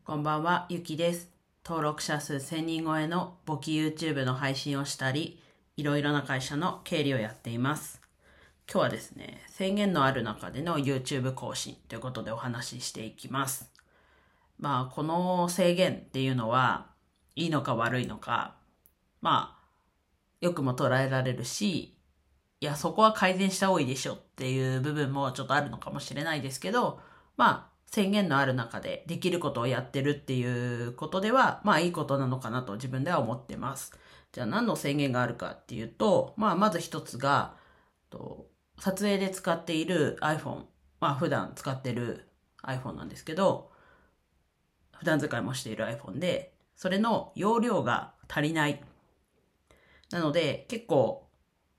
こんばんは、ゆきです。登録者数1000人超えの簿記 YouTube の配信をしたり、いろいろな会社の経理をやっています。今日はですね、制限のある中での YouTube 更新ということでお話ししていきます。この制限っていうのは、いいのか悪いのか、よくも捉えられるし、いや、そこは改善した方がいいでしょっていう部分もちょっとあるのかもしれないですけど、宣言のある中でできることをやってるっていうことでは、いいことなのかなと自分では思ってます。じゃあ何の制限があるかっていうと、まず一つが、撮影で使っている iPhone、普段使ってる iPhone なんですけど、普段使いもしている iPhone で、それの容量が足りない。なので、結構、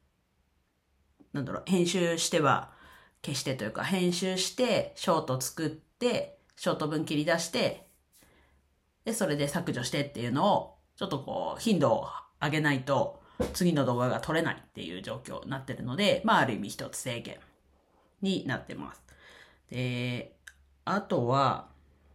編集しては消してというか、編集して、ショート作って、ショート分切り出して、で、それで削除してっていうのを、ちょっと頻度を上げないと、次の動画が撮れないっていう状況になってるので、ある意味一つ制限になってます。で、あとは、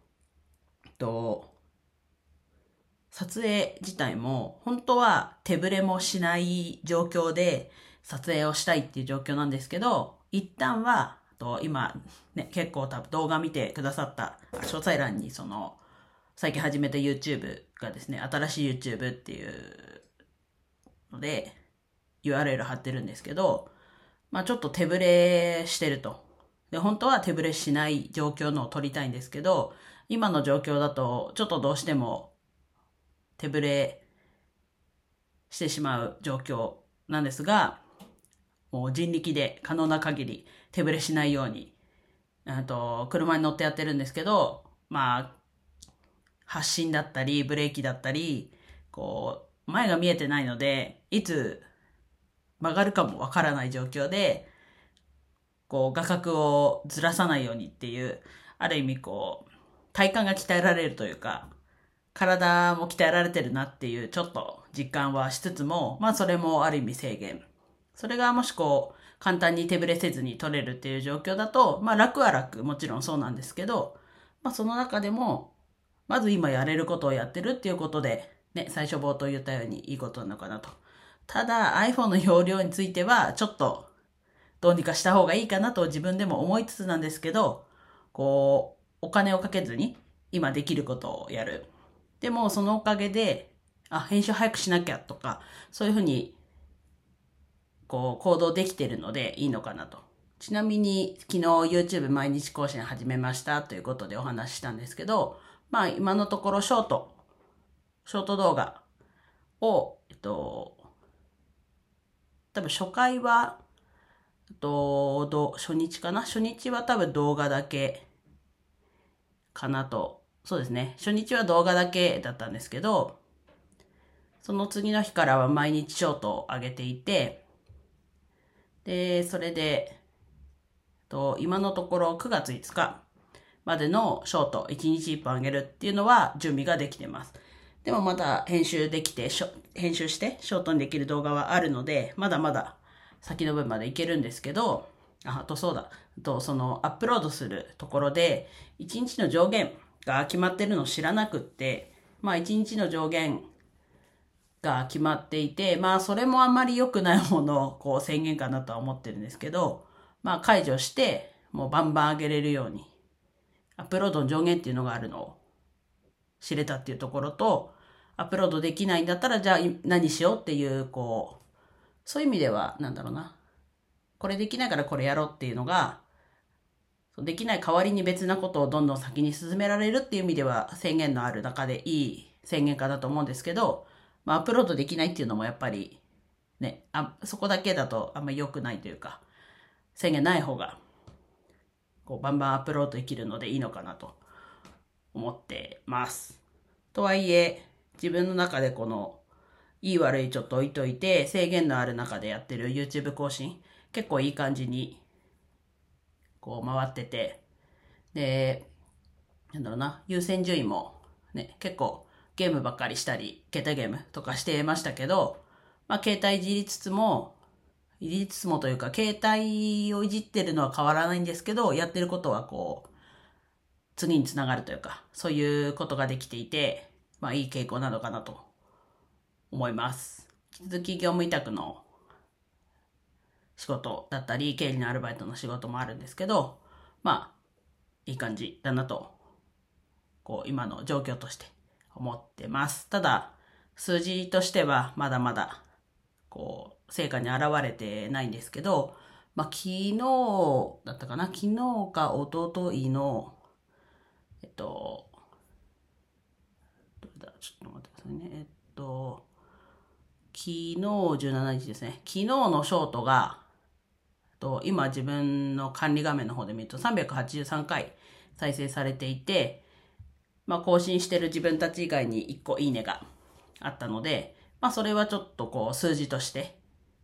撮影自体も、本当は手ぶれもしない状況で撮影をしたいっていう状況なんですけど、一旦は、今、ね、結構多分動画見てくださった詳細欄に最近始めた YouTube がですね、新しい YouTube っていうので、URL 貼ってるんですけど、ちょっと手ぶれしてると。で、本当は手ぶれしない状況のを撮りたいんですけど、今の状況だと、ちょっとどうしても手ぶれしてしまう状況なんですが、もう人力で可能な限り手ぶれしないように、車に乗ってやってるんですけど、発進だったり、ブレーキだったり、前が見えてないので、いつ曲がるかもわからない状況で、画角をずらさないようにっていう、ある意味体幹が鍛えられるというか、体も鍛えられてるなっていうちょっと実感はしつつも、それもある意味制限。それがもし簡単に手ぶれせずに取れるっていう状況だと、楽は楽、もちろんそうなんですけど、その中でも、まず今やれることをやってるっていうことで、ね、最初冒頭言ったようにいいことなのかなと。ただ iPhone の容量については、ちょっとどうにかした方がいいかなと自分でも思いつつなんですけど、お金をかけずに今できることをやる。でもそのおかげで、編集早くしなきゃとか、そういうふうに行動できてるのでいいのかなと。ちなみに昨日 YouTube 毎日更新始めましたということでお話ししたんですけど、今のところショート動画を、多分初回は、初日かな初日は多分動画だけかなと。そうですね。初日は動画だけだったんですけど、その次の日からは毎日ショートを上げていて、で、それで、今のところ9月5日までのショート1日1本上げるっていうのは準備ができてます。でもまだ編集してショートにできる動画はあるので、まだまだ先の分までいけるんですけど、あとそうだ、そのアップロードするところで1日の上限が決まってるのを知らなくって、1日の上限が決まっていて、それもあんまり良くないものを宣言かなとは思ってるんですけど、解除して、もうバンバン上げれるように、アップロードの上限っていうのがあるのを知れたっていうところと、アップロードできないんだったら、じゃあ何しようっていう、そういう意味では、これできないからこれやろうっていうのが、できない代わりに別なことをどんどん先に進められるっていう意味では制限のある中でいい宣言かなと思うんですけど、アップロードできないっていうのもやっぱりね、そこだけだとあんまり良くないというか、制限ない方がバンバンアップロードできるのでいいのかなと思ってます。とはいえ、自分の中でいい悪いちょっと置いといて、制限のある中でやってる YouTube 更新、結構いい感じに回ってて、で、優先順位もね、結構ゲームばっかりしたり、携帯ゲームとかしてましたけど、携帯いじりつつもというか、携帯をいじってるのは変わらないんですけど、やってることは次につながるというか、そういうことができていて、いい傾向なのかなと思います。引き続き業務委託の仕事だったり、経理のアルバイトの仕事もあるんですけど、いい感じだなと、今の状況として思ってます。ただ、数字としてはまだまだ、成果に現れてないんですけど、昨日だったかな、昨日か一昨日の、どれだ、ちょっと待ってくださいね。昨日17日ですね。昨日のショートが、今自分の管理画面の方で見ると383回再生されていて、更新してる自分たち以外に1個いいねがあったので、それはちょっと数字として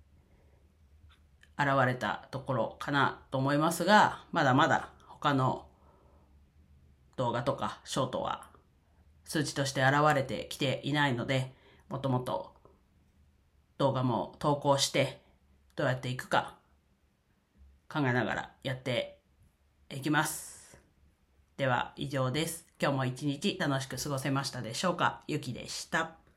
現れたところかなと思いますが、まだまだ他の動画とかショートは数値として現れてきていないので、もっともっと動画も投稿してどうやっていくか考えながらやっていきます。では以上です。今日も一日楽しく過ごせましたでしょうか。ゆきでした。